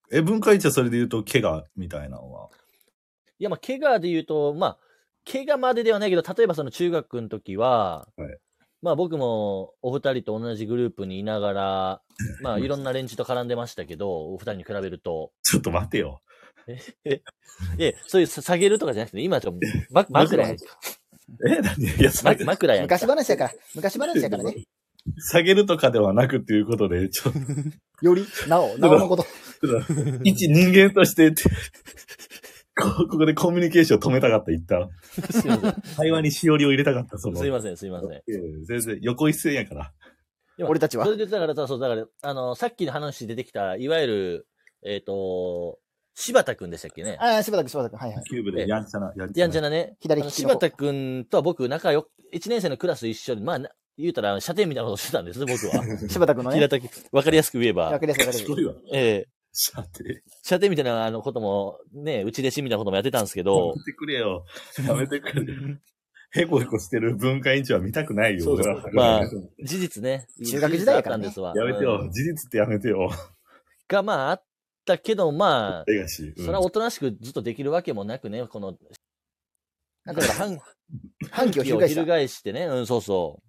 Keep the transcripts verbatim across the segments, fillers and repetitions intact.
え、文化一はそれで言うと、怪我みたいなのは。 いや、まあ、怪我で言うと、まあ、怪我までではないけど、例えばその中学の時は、 はい、 まあ僕もお二人と同じグループにいながら、まあいろんな連中と絡んでましたけど、お二人に比べると。 ちょっと待てよ。 え、え、え、そういう下げるとかじゃなくて、今ちょっと、ま、枕やんか。 え、何いや、 ま、枕やんか。 昔話やから、昔話やからね。 下げるとかではなくっていうことで、ちょっと。 より、なお、なおのこと。 一人間としてこ、ここでコミュニケーション止めたかった、一旦。 すいません。 会話にしおりを入れたかった、その。 すいません、すいません。いや全然、横一線やから。 俺たちは。 それで、だから、そう、だから、あの、さっきの話出てきた、いわゆる、えっ、ー、と、柴田くんでしたっけね。 ああ、柴田くん、柴田くん。はいはい。 キューブでやんちゃな、 やんちゃな。やんちゃなね。 左利きの柴田くんとは僕、仲良く、一年生のクラス一緒で、まあ、言うたら、射程みたいなことしてたんですね、僕は。 柴田くんのね。 平たき、わかりやすく言えば。 わかりやすくわかりやすく。 ええー。 射程。 射程みたいなあのことも、ね、うち弟子みたいなこともやってたんですけど。 やめてくれよ。やめてくれ。へこへこしてる文化委員長は見たくないよ。 そうそう。まあ、事実ね。 中学時代やから、 ね、ですわ。 やめてよ、うん。事実ってやめてよ。 が、まあ、あったけど、まあ、 うん、それはおとなしくずっとできるわけもなくね、この、だから反、 反旗を翻してね、うん、そうそう。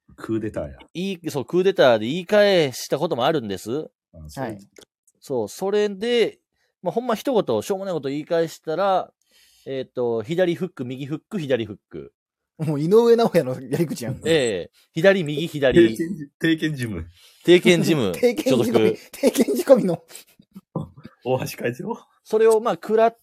クーデターや。 いい、そう、クーデターで言い返したこともあるんです。 はい。 そう、それで、まあ、ほんま一言、しょうもないこと言い返したら、えっ、ー、と、左フック、右フック、左フック。 もう井上直也のやり口やん。 ええー、左、右、左。 定見事務。 定見事務。 定見仕込み。定見仕込みの。 大橋会長。 それを、まあ、食らって、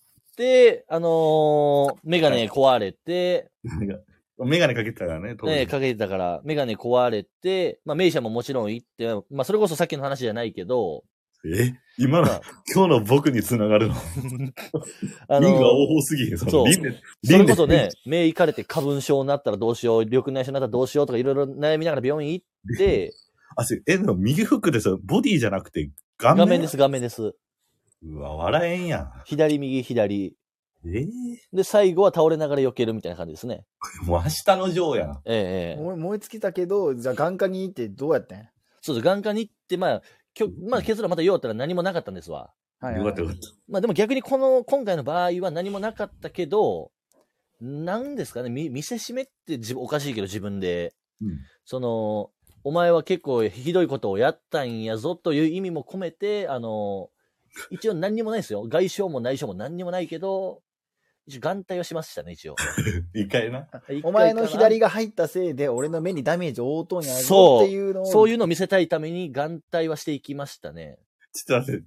あのー、メガネ壊れて、 メガネかけてたからね、 当時。ねかけてたから、メガネ壊れて、まあ、名車ももちろん行って、まあ、それこそさっきの話じゃないけど、 え今の、まあ、今日の僕に繋がるの。あのー、リンが多すぎへん、そのリンで。 それこそね、目行かれて花粉症になったらどうしよう、緑内障になったらどうしようとかいろいろ悩みながら病院行って、 あ、それ、え、の右フックでさ、ボディじゃなくて顔面顔面です、顔面です。 うわ、笑えんやん。 左、右、左。 えー、 で、最後は倒れながら避けるみたいな感じですね。 もう明日のジョーやん。 ええー。燃え尽きたけど、じゃあ眼科に行ってどうやってん？ そうです。眼科に行って、まあ、きょまあ、結論また言おうったら何もなかったんですわ。 はい、はい。よかったよかった。 まあでも逆にこの、今回の場合は何もなかったけど、なんですかね、見、見せしめって自分、おかしいけど自分で、 うん、 その、お前は結構ひどいことをやったんやぞという意味も込めて、あの、一応何にもないですよ。外傷も内傷も何にもないけど、一応眼帯はしましたね、一応。 一回な。 お前の左が入ったせいで俺の目にダメージを負うとんやぞっていうのを。 そういうのを見せたいために眼帯はしていきましたね。 ちょっと待って、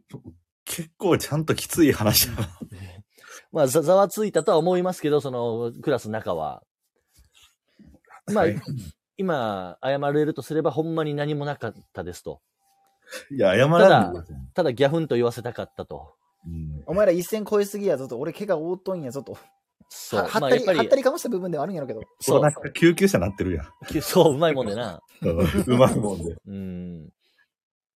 結構ちゃんときつい話だな。 まあ、ざ、ざわついたとは思いますけど、その、クラスの中は。まあ、はい、今、謝れるとすれば、ほんまに何もなかったですと。 いや、謝らんでただ、ただギャフンと言わせたかったと。 うん、お前ら一線越えすぎやぞと、俺怪我負うとんやぞと。 そう。 はったり、まあ、はったりかもした部分ではあるんやろうけど。 そう。なんか救急車なってるやん。 そう、うまいもんでな。 うまいもんで。 うん。